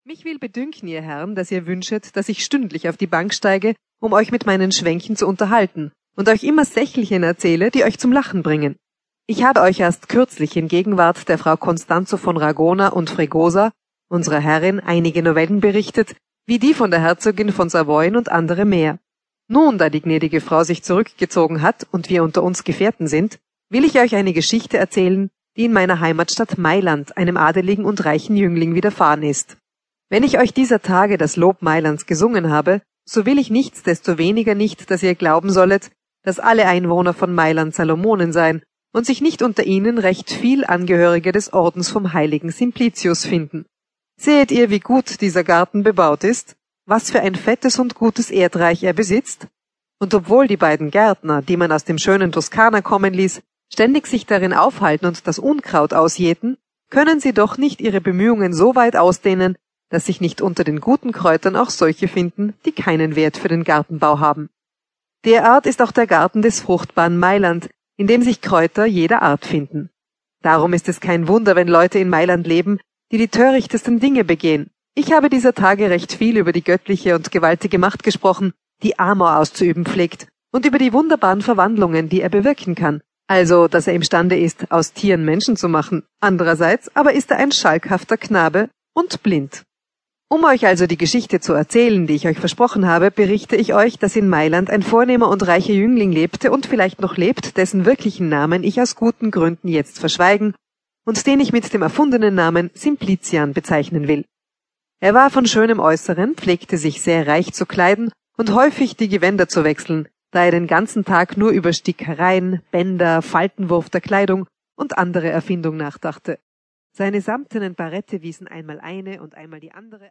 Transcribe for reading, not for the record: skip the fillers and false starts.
Mich will bedünken, ihr Herren, dass ihr wünschet, dass ich stündlich auf die Bank steige, um euch mit meinen Schwänchen zu unterhalten und euch immer Sächelchen erzähle, die euch zum Lachen bringen. Ich habe euch erst kürzlich in Gegenwart der Frau Constanzo von Ragona und Fregosa, unserer Herrin, einige Novellen berichtet, wie die von der Herzogin von Savoyen und andere mehr. Nun, da die gnädige Frau sich zurückgezogen hat und wir unter uns Gefährten sind, will ich euch eine Geschichte erzählen, die in meiner Heimatstadt Mailand einem adeligen und reichen Jüngling widerfahren ist. Wenn ich euch dieser Tage das Lob Mailands gesungen habe, so will ich nichtsdestoweniger nicht, dass ihr glauben sollet, dass alle Einwohner von Mailand Salomonen seien und sich nicht unter ihnen recht viel Angehörige des Ordens vom heiligen Simplicius finden. Seht ihr, wie gut dieser Garten bebaut ist, was für ein fettes und gutes Erdreich er besitzt? Und obwohl die beiden Gärtner, die man aus dem schönen Toskana kommen ließ, ständig sich darin aufhalten und das Unkraut ausjäten, können sie doch nicht ihre Bemühungen so weit ausdehnen, dass sich nicht unter den guten Kräutern auch solche finden, die keinen Wert für den Gartenbau haben. Derart ist auch der Garten des fruchtbaren Mailand, in dem sich Kräuter jeder Art finden. Darum ist es kein Wunder, wenn Leute in Mailand leben, die die törichtesten Dinge begehen. Ich habe dieser Tage recht viel über die göttliche und gewaltige Macht gesprochen, die Amor auszuüben pflegt, und über die wunderbaren Verwandlungen, die er bewirken kann. Also, dass er imstande ist, aus Tieren Menschen zu machen. Andererseits aber ist er ein schalkhafter Knabe und blind. Um euch also die Geschichte zu erzählen, die ich euch versprochen habe, berichte ich euch, dass in Mailand ein vornehmer und reicher Jüngling lebte und vielleicht noch lebt, dessen wirklichen Namen ich aus guten Gründen jetzt verschweigen und den ich mit dem erfundenen Namen Simplician bezeichnen will. Er war von schönem Äußeren, pflegte sich sehr reich zu kleiden und häufig die Gewänder zu wechseln, da er den ganzen Tag nur über Stickereien, Bänder, Faltenwurf der Kleidung und andere Erfindung nachdachte. Seine samtenen Barette wiesen einmal eine und einmal die andere